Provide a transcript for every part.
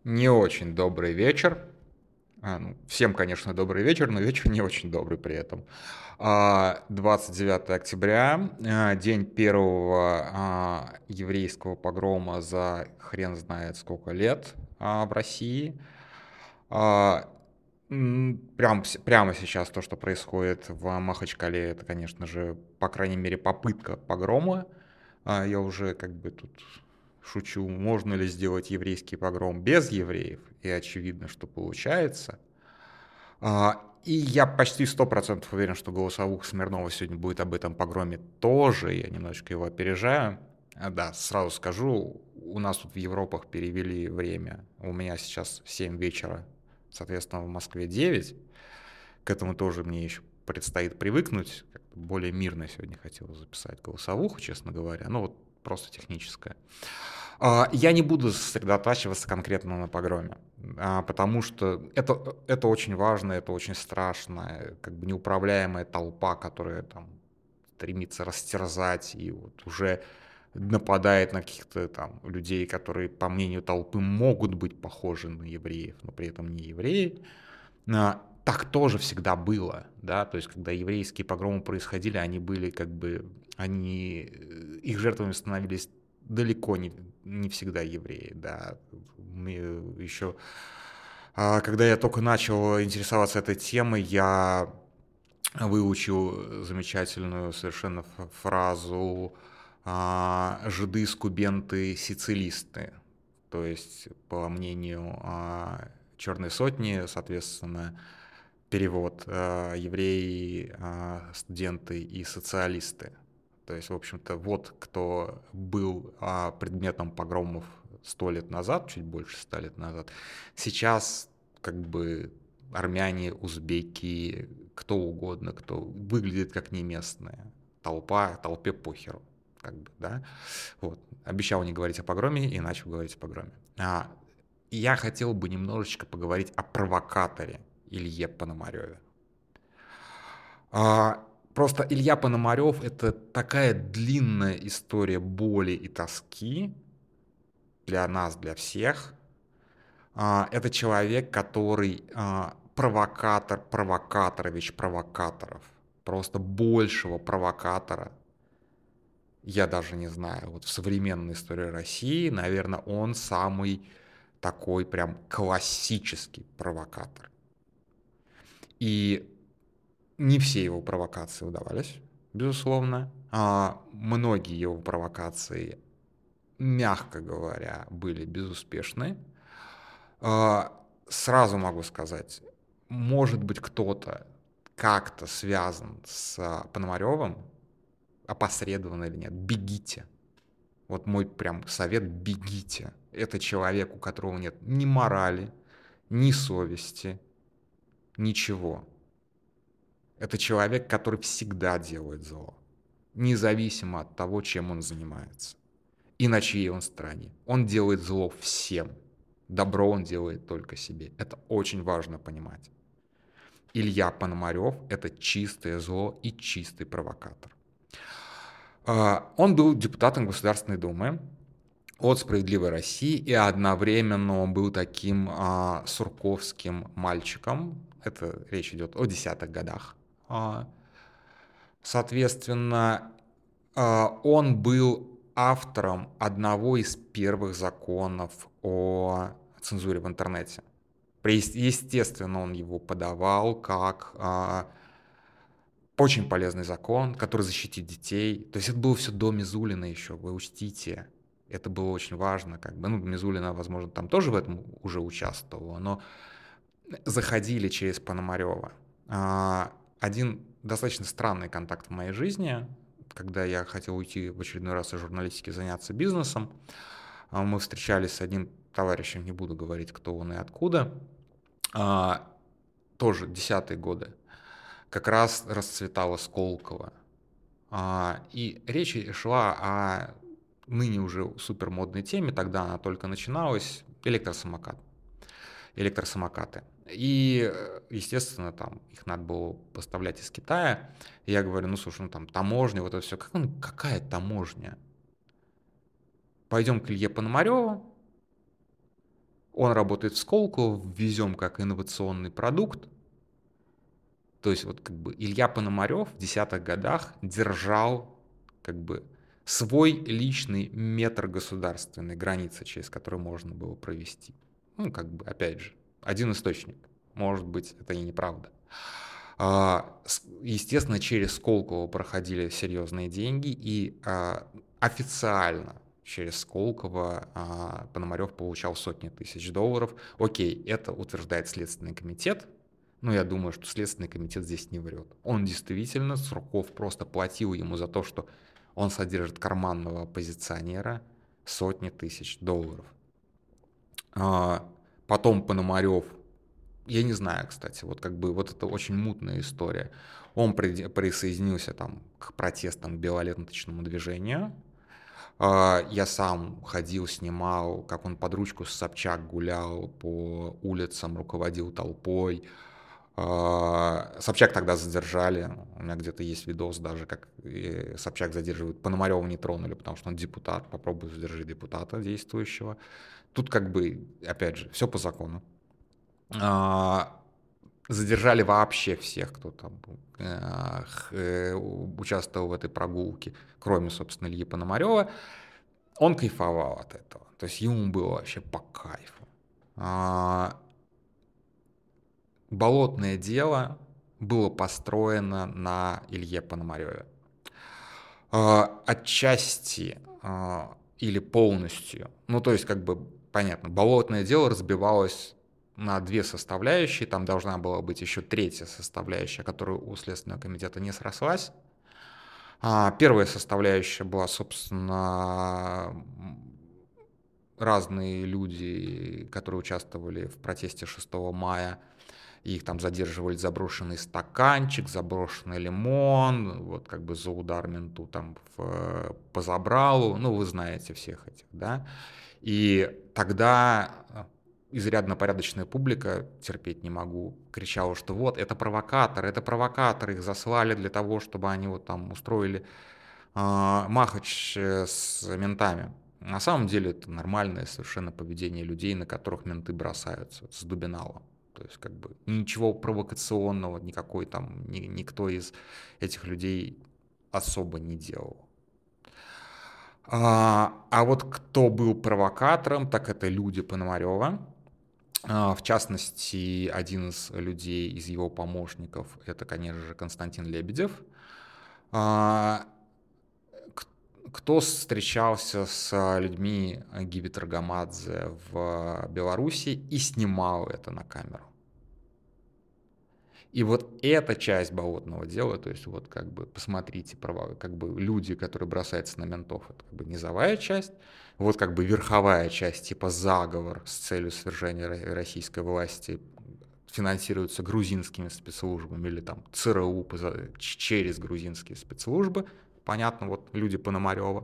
Не очень добрый вечер. Всем, конечно, добрый вечер, но вечер не очень добрый при этом. 29 октября, день первого еврейского погрома за хрен знает сколько лет в России. А, прямо сейчас то, что происходит в Махачкале, это, конечно же, по крайней мере, попытка погрома. Я уже как бы тут шучу, можно ли сделать еврейский погром без евреев, и очевидно, что получается. И я почти 100% уверен, что голосовуха Смирнова сегодня будет об этом погроме тоже, я немножечко его опережаю. Да, сразу скажу, у нас тут в Европах перевели время, у меня сейчас 7 вечера, соответственно, в Москве 9. К этому тоже мне еще предстоит привыкнуть. Более мирно сегодня хотел записать голосовуху, честно говоря. Ну вот просто техническая. Я не буду сосредотачиваться конкретно на погроме, потому что это очень важно, это очень страшно, как бы неуправляемая толпа, которая там стремится растерзать и вот уже нападает на каких-то там людей, которые, по мнению толпы, могут быть похожи на евреев, но при этом не евреи. Так тоже всегда было, да, то есть когда еврейские погромы происходили, они были как бы, их жертвами становились далеко не всегда евреи, да. Еще, когда я только начал интересоваться этой темой, я выучил замечательную совершенно фразу «жиды, скубенты, сицилисты». То есть, по мнению «Черной сотни», соответственно, перевод евреи, студенты и социалисты. То есть, в общем-то, вот кто был предметом погромов 100 лет назад, чуть больше 100 лет назад. Сейчас как бы армяне, узбеки, кто угодно, кто выглядит как не местная. Толпе похеру. Как бы, да? Вот. Обещал не говорить о погроме и начал говорить о погроме. Я хотел бы немножечко поговорить о провокаторе Илье Пономареве. Просто Илья Пономарев — это такая длинная история боли и тоски для нас, для всех. Это человек, который провокатор, провокаторович провокаторов. Просто большего провокатора я даже не знаю. Вот в современной истории России, наверное, он самый такой прям классический провокатор. И не все его провокации удавались, безусловно. Многие его провокации, мягко говоря, были безуспешны. Сразу могу сказать, может быть, кто-то как-то связан с Пономаревым, опосредованно или нет, бегите. Вот мой прям совет: бегите. Это человек, у которого нет ни морали, ни совести, ничего. Это человек, который всегда делает зло, независимо от того, чем он занимается и на чьей он стороне. Он делает зло всем. Добро он делает только себе. Это очень важно понимать. Илья Пономарев — это чистое зло и чистый провокатор. Он был депутатом Государственной Думы от «Справедливой России», и одновременно он был таким сурковским мальчиком. Это речь идет о 10-х годах. Соответственно, он был автором одного из первых законов о цензуре в интернете. Естественно, он его подавал как очень полезный закон, который защитит детей. То есть это было все до Мизулина еще, вы учтите. Это было очень важно. Как бы. Мизулина, возможно, там тоже в этом уже участвовала, но заходили через Пономарева. Один достаточно странный контакт в моей жизни, когда я хотел уйти в очередной раз из журналистики, заняться бизнесом. Мы встречались с одним товарищем, не буду говорить, кто он и откуда, тоже 10-е годы. Как раз расцветала Сколково. И речь шла о ныне уже супермодной теме, тогда она только начиналась, электросамокаты. И, естественно, там их надо было поставлять из Китая. И я говорю, слушай, там таможня, вот это все. Какая таможня? Пойдем к Илье Пономареву, Он работает в Сколково, везем как инновационный продукт. То есть вот как бы Илья Пономарев в десятых годах держал как бы свой личный метр государственной границы, через который можно было провести. Ну, как бы, опять же, один источник. Может быть, это и неправда. Естественно, через Сколково проходили серьезные деньги, и официально через Сколково Пономарев получал сотни тысяч долларов. Окей, это утверждает Следственный комитет, но я думаю, что Следственный комитет здесь не врет. Он действительно, Сурков просто платил ему за то, что он содержит карманного оппозиционера, сотни тысяч долларов. Потом Пономарев, я не знаю, кстати, вот как бы вот это очень мутная история. Он присоединился там к протестам, к белоленточному движению. Я сам ходил, снимал, как он под ручку с Собчак гулял по улицам, руководил толпой. Собчак тогда задержали. У меня где-то есть видос даже, как Собчак задерживают. Пономарева не тронули, потому что он депутат. Попробуй задержи депутата действующего. Тут как бы, опять же, все по закону. Задержали вообще всех, кто там участвовал в этой прогулке, кроме, собственно, Ильи Пономарева. Он кайфовал от этого. То есть ему было вообще по кайфу. Болотное дело было построено на Илье Пономареве. Отчасти или полностью, ну то есть как бы понятно, болотное дело разбивалось на две составляющие, там должна была быть еще третья составляющая, которая у Следственного комитета не срослась. Первая составляющая была, собственно, разные люди, которые участвовали в протесте 6 мая, их там задерживали заброшенный стаканчик, заброшенный лимон, вот как бы за удар менту там по забралу, ну вы знаете всех этих, да. И тогда изрядно порядочная публика, терпеть не могу, кричала, что вот это провокаторы, их заслали для того, чтобы они вот там устроили махач с ментами. На самом деле это нормальное совершенно поведение людей, на которых менты бросаются с дубиналом. То есть как бы ничего провокационного, никакой там, никто из этих людей особо не делал. А вот кто был провокатором, так это люди Пономарева. В частности, один из людей, из его помощников, это, конечно же, Константин Лебедев. Кто встречался с людьми Гиви Таргамадзе в Беларуси и снимал это на камеру. И вот эта часть болотного дела, то есть вот как бы посмотрите, как бы люди, которые бросаются на ментов, это как бы низовая часть, вот как бы верховая часть, типа заговор с целью свержения российской власти финансируется грузинскими спецслужбами или там ЦРУ через грузинские спецслужбы, понятно, вот люди Пономарева.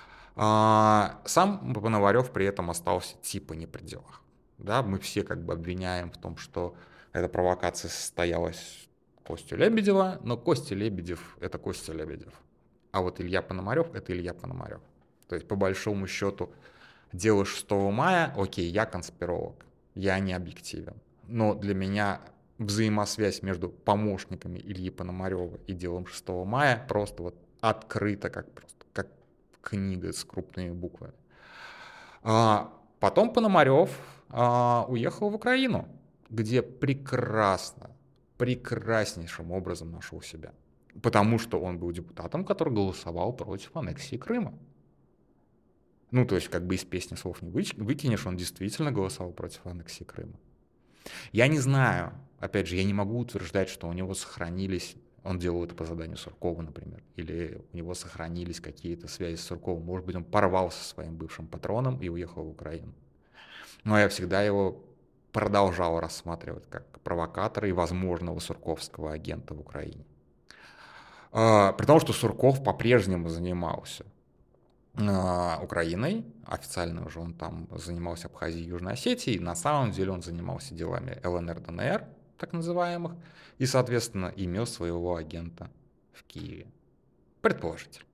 Сам Пономарев при этом остался типа не при делах. Да, мы все как бы обвиняем в том, что эта провокация состоялась Костю Лебедева, но Костя Лебедев — это Костя Лебедев. А вот Илья Пономарев — это Илья Пономарев. То есть, по большому счету, дело 6 мая, окей, я конспиролог, я не объективен. Но для меня взаимосвязь между помощниками Ильи Пономарева и делом 6 мая просто вот открыта, как книга с крупными буквами. Потом Пономарев уехал в Украину, где прекраснейшим образом нашел себя. Потому что он был депутатом, который голосовал против аннексии Крыма. Ну, то есть, как бы из песни слов не выкинешь, он действительно голосовал против аннексии Крыма. Я не знаю, опять же, я не могу утверждать, что у него сохранились, он делал это по заданию Суркова, например, или у него сохранились какие-то связи с Сурковым, может быть, он порвал со своим бывшим патроном и уехал в Украину. Но я всегда его продолжал рассматривать как провокатора и возможного сурковского агента в Украине. При том, что Сурков по-прежнему занимался Украиной, официально уже он там занимался Абхазией и Южной Осетией, на самом деле он занимался делами ЛНР, ДНР, так называемых, и, соответственно, имел своего агента в Киеве. Предположительно.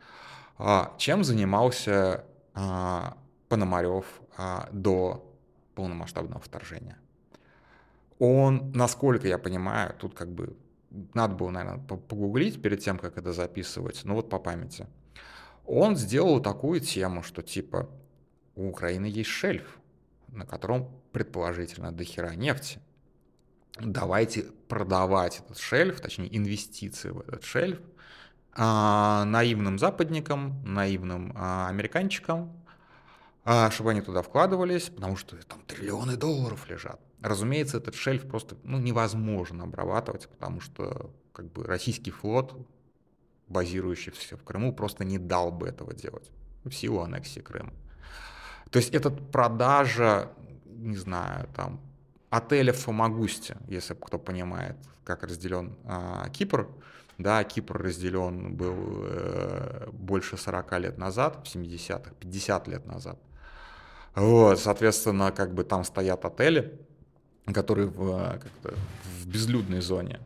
Чем занимался Пономарев до полномасштабного вторжения. Он, насколько я понимаю, тут как бы надо было, наверное, погуглить перед тем, как это записывать, но вот по памяти. Он сделал такую тему, что типа у Украины есть шельф, на котором предположительно дохера нефти. Давайте продавать этот шельф, точнее инвестиции в этот шельф, наивным западникам, наивным американчикам, чтобы они туда вкладывались, потому что там триллионы долларов лежат. Разумеется, этот шельф просто невозможно обрабатывать, потому что как бы российский флот, базирующийся в Крыму, просто не дал бы этого делать в силу аннексии Крыма. То есть это продажа, не знаю, там, отеля в Фомагусте, если кто понимает, как разделен Кипр. Да, Кипр разделен был больше 40 лет назад, в 70-х, 50 лет назад. Вот, соответственно, как бы там стоят отели, которые в безлюдной зоне,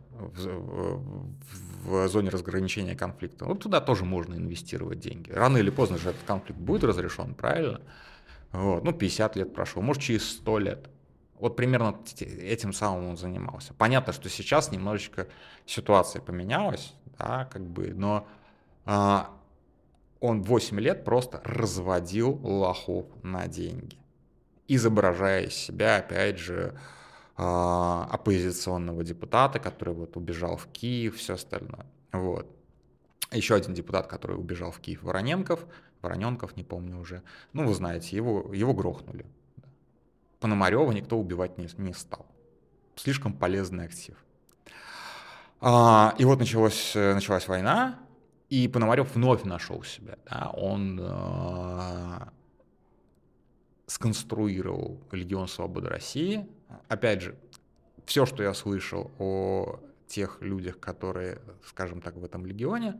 в зоне разграничения конфликта. Вот туда тоже можно инвестировать деньги. Рано или поздно же этот конфликт будет разрешен, правильно? Вот, 50 лет прошло, может, через 100 лет. Вот примерно этим самым он занимался. Понятно, что сейчас немножечко ситуация поменялась, да, как бы, но он 8 лет просто разводил лохов на деньги, изображая из себя, опять же, оппозиционного депутата, который вот убежал в Киев, все остальное. Вот. Еще один депутат, который убежал в Киев, Вороненков, не помню уже. Вы знаете, его грохнули. Пономарева никто убивать не стал. Слишком полезный актив. И вот началась война, и Пономарев вновь нашел себя. Да? Он сконструировал Легион Свободы России. Опять же, все, что я слышал о тех людях, которые, скажем так, в этом легионе,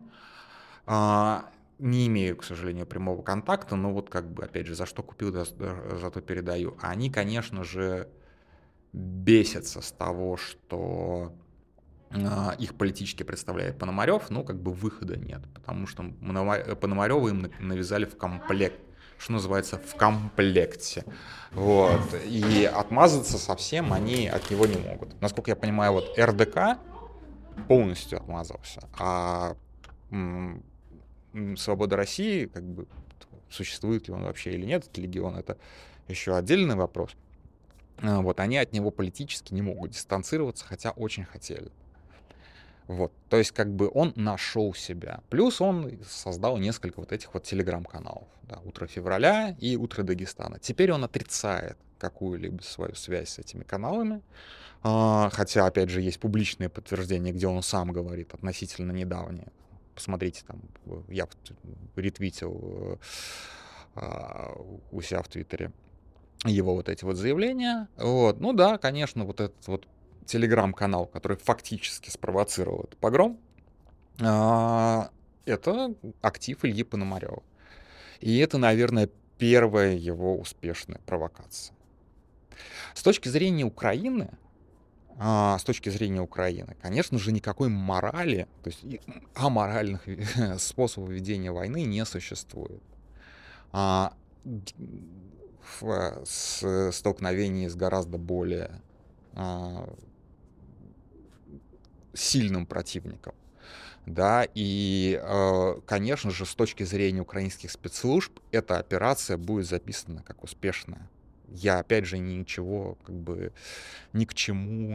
не имею, к сожалению, прямого контакта, но вот как бы, опять же, за что купил, зато передаю. Они, конечно же, бесятся с того, что их политически представляет Пономарев, как бы выхода нет, потому что Пономарева им навязали в комплект, что называется, в комплекте. Вот. И отмазаться совсем они от него не могут. Насколько я понимаю, вот РДК полностью отмазался, а Свобода России, как бы, существует ли он вообще или нет, этот легион, это еще отдельный вопрос. Вот, они от него политически не могут дистанцироваться, хотя очень хотели. Вот, то есть, как бы он нашел себя. Плюс он создал несколько вот этих вот телеграм-каналов. Да, «Утро февраля» и «Утро Дагестана». Теперь он отрицает какую-либо свою связь с этими каналами. Хотя, опять же, есть публичные подтверждения, где он сам говорит относительно недавнее. Посмотрите, там, я ретвитил у себя в Твиттере его вот эти вот заявления. Вот. Да, конечно, вот этот вот телеграм-канал, который фактически спровоцировал этот погром, это актив Ильи Пономарева. И это, наверное, первая его успешная провокация. С точки зрения Украины, конечно же, никакой морали, то есть аморальных способов ведения войны не существует. В столкновении с гораздо более сильным противником. Да, и, конечно же, с точки зрения украинских спецслужб, эта операция будет записана как успешная. Я, опять же, ничего, как бы, ни к чему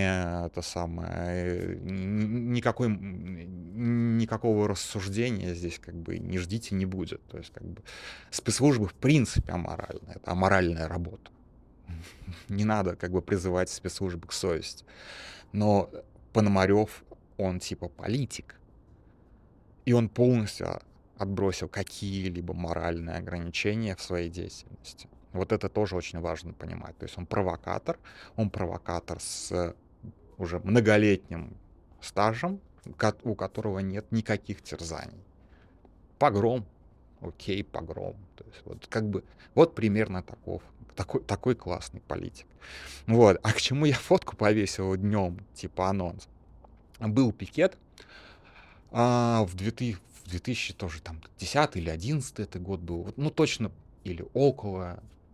никакого рассуждения здесь, как бы, не ждите, не будет. То есть, как бы, спецслужбы в принципе аморальны. Это аморальная работа. Не надо, как бы, призывать спецслужбы к совести. Но Пономарев, он типа политик. И он полностью отбросил какие-либо моральные ограничения в своей деятельности. Вот это тоже очень важно понимать. То есть он провокатор с уже многолетним стажем, у которого нет никаких терзаний. Погром. Окей, погром. То есть вот как бы вот примерно такой классный политик. Вот. А к чему я фотку повесил днем, типа анонс? Был пикет в 2000 тоже там 10 или 11 это год был, точно, или около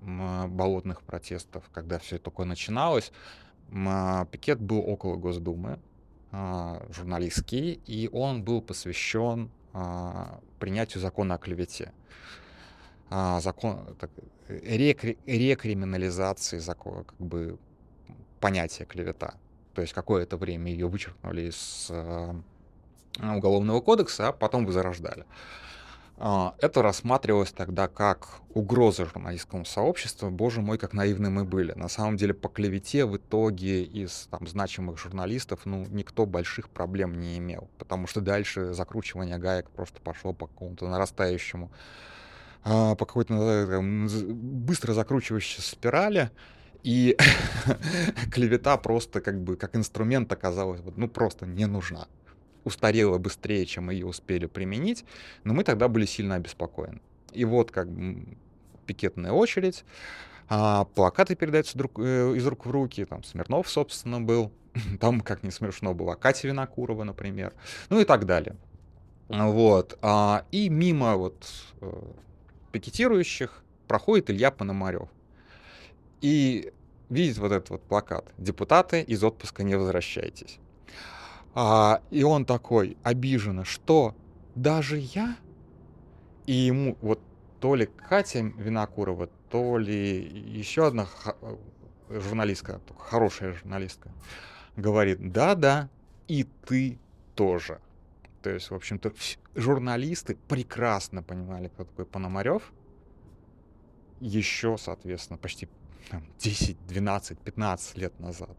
болотных протестов, когда все это только начиналось, пикет был около Госдумы, журналистский, и он был посвящен принятию закона о клевете. Закон рекриминализации закона, как бы понятия клевета. То есть какое-то время ее вычеркнули из Уголовного кодекса, а потом возрождали. Это рассматривалось тогда как угроза журналистскому сообществу. Боже мой, как наивны мы были. На самом деле по клевете в итоге из там значимых журналистов никто больших проблем не имел, потому что дальше закручивание гаек просто пошло по какому-то нарастающему, по какой-то быстро закручивающейся спирали, и клевета просто как бы как инструмент оказалась просто не нужна. Устарела быстрее, чем ее успели применить, но мы тогда были сильно обеспокоены. И вот как бы пикетная очередь, плакаты передаются из рук в руки, там Смирнов, собственно, был, там, как не смешно, была Катя Винокурова, например, ну и так далее. Вот. И мимо пикетирующих проходит Илья Пономарев. И видит вот этот вот плакат: «Депутаты, из отпуска не возвращайтесь». И он такой обиженно: что, даже я? И ему вот то ли Катя Винокурова, то ли еще одна журналистка, хорошая журналистка, говорит: да-да, и ты тоже. То есть, в общем-то, журналисты прекрасно понимали, кто такой Пономарев, еще, соответственно, почти 10, 12, 15 лет назад.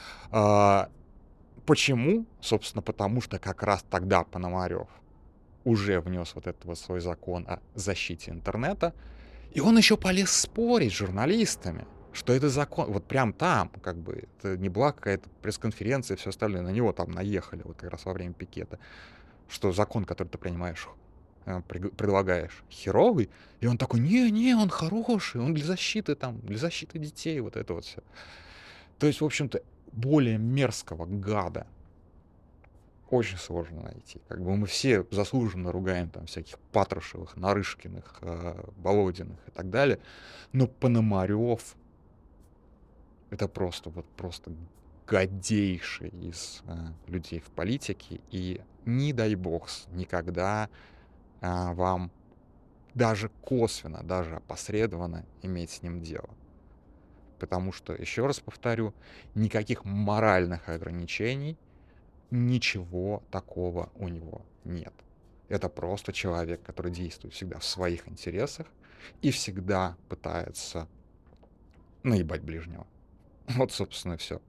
Почему? Собственно, потому что как раз тогда Пономарев уже внес вот этот вот свой закон о защите интернета, и он еще полез спорить с журналистами, что это закон, вот прям там, как бы, это не была какая-то пресс-конференция и все остальное, на него там наехали вот как раз во время пикета, что закон, который ты принимаешь, предлагаешь, херовый, и он такой: не, он хороший, он для защиты детей, вот это вот все. То есть, в общем-то, более мерзкого гада очень сложно найти. Как бы мы все заслуженно ругаем там всяких Патрушевых, Нарышкиных, Володиных и так далее, но Пономарев — это просто гадейший из людей в политике, и не дай бог никогда вам даже косвенно, даже опосредованно иметь с ним дело. Потому что, еще раз повторю, никаких моральных ограничений, ничего такого у него нет. Это просто человек, который действует всегда в своих интересах и всегда пытается наебать ближнего. Вот, собственно, и все.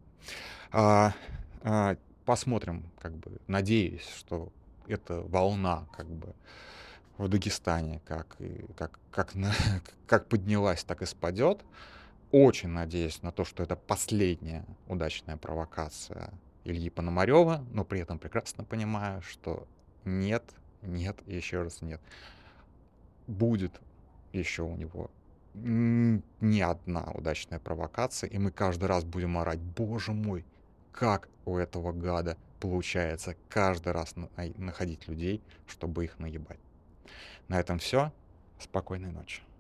Посмотрим, как бы, надеюсь, что эта волна, как бы, в Дагестане как поднялась, так и спадет. Очень надеюсь на то, что это последняя удачная провокация Ильи Пономарева, но при этом прекрасно понимаю, что нет и еще раз нет. Будет еще у него не одна удачная провокация, и мы каждый раз будем орать: боже мой, как у этого гада получается каждый раз находить людей, чтобы их наебать. На этом все. Спокойной ночи.